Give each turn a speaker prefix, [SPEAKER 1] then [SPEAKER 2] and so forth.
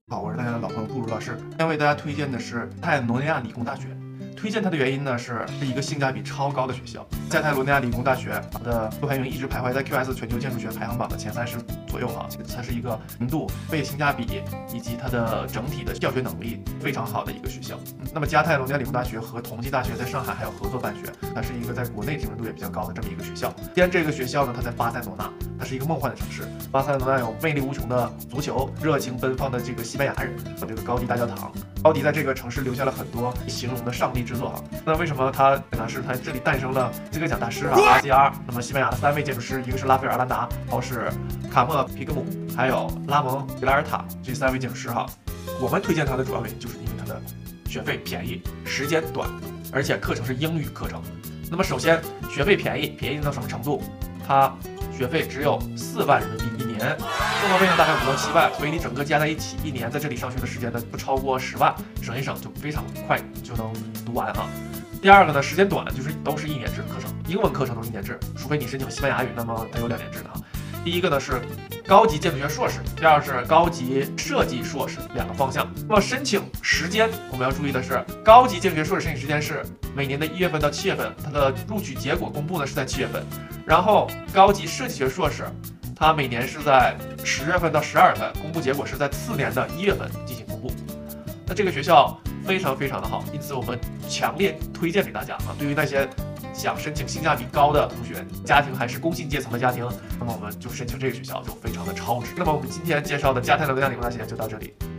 [SPEAKER 1] 好，我是大家的老朋友杜如老师。今天为大家推荐的是泰罗尼亚理工大学。推荐它的原因呢，是一个性价比超高的学校。加泰罗尼亚理工大学的受欢迎一直徘徊在 QS 全球建筑学排行榜的前30左右啊。它是一个程度、被性价比以及它的整体的教学能力非常好的一个学校。那么加泰罗尼亚理工大学和同济大学在上海还有合作办学，它是一个在国内知名度也比较高的这么一个学校。既然这个学校呢，它在巴塞罗那，它是一个梦幻的城市。巴塞罗那有魅力无穷的足球，热情奔放的这个西班牙人，有这个高迪大教堂。高迪在这个城市留下了很多形容的上帝之作啊。那为什么他是他这里诞生了金格奖大师啊，RCR。那么西班牙的3位建筑师，一个是拉斐尔·兰达，然后是卡莫·皮格姆，还有拉蒙·维拉尔塔，这3位建筑师哈。我们推荐他的主要原因就是因为他的学费便宜，时间短，而且课程是英语课程。那么首先学费便宜到什么程度？它学费只有4万人民币1年，生活费呢大概5到7万，所以你整个加在一起，1年在这里上学的时间呢不超过10万，省一省就非常快就能读完啊。第二个呢，时间短，就是都是1年制课程，英文课程都是1年制，除非你申请西班牙语，那么它有2年制的啊。第一个呢是高级建筑学硕士，第二是高级设计硕士，2个方向。那么申请时间我们要注意的是，高级建筑学硕士申请时间是每年的1月份到7月份，它的录取结果公布呢是在7月份。然后高级设计学硕士，它每年是在10月份到12月份，公布结果是在次年的1月份进行公布。那这个学校非常的好，因此我们强烈推荐给大家啊！对于那些想申请性价比高的同学，家庭还是工薪阶层的家庭，那么我们就申请这个学校就非常的超值。那么我们今天介绍的加泰罗尼亚理工大学就到这里。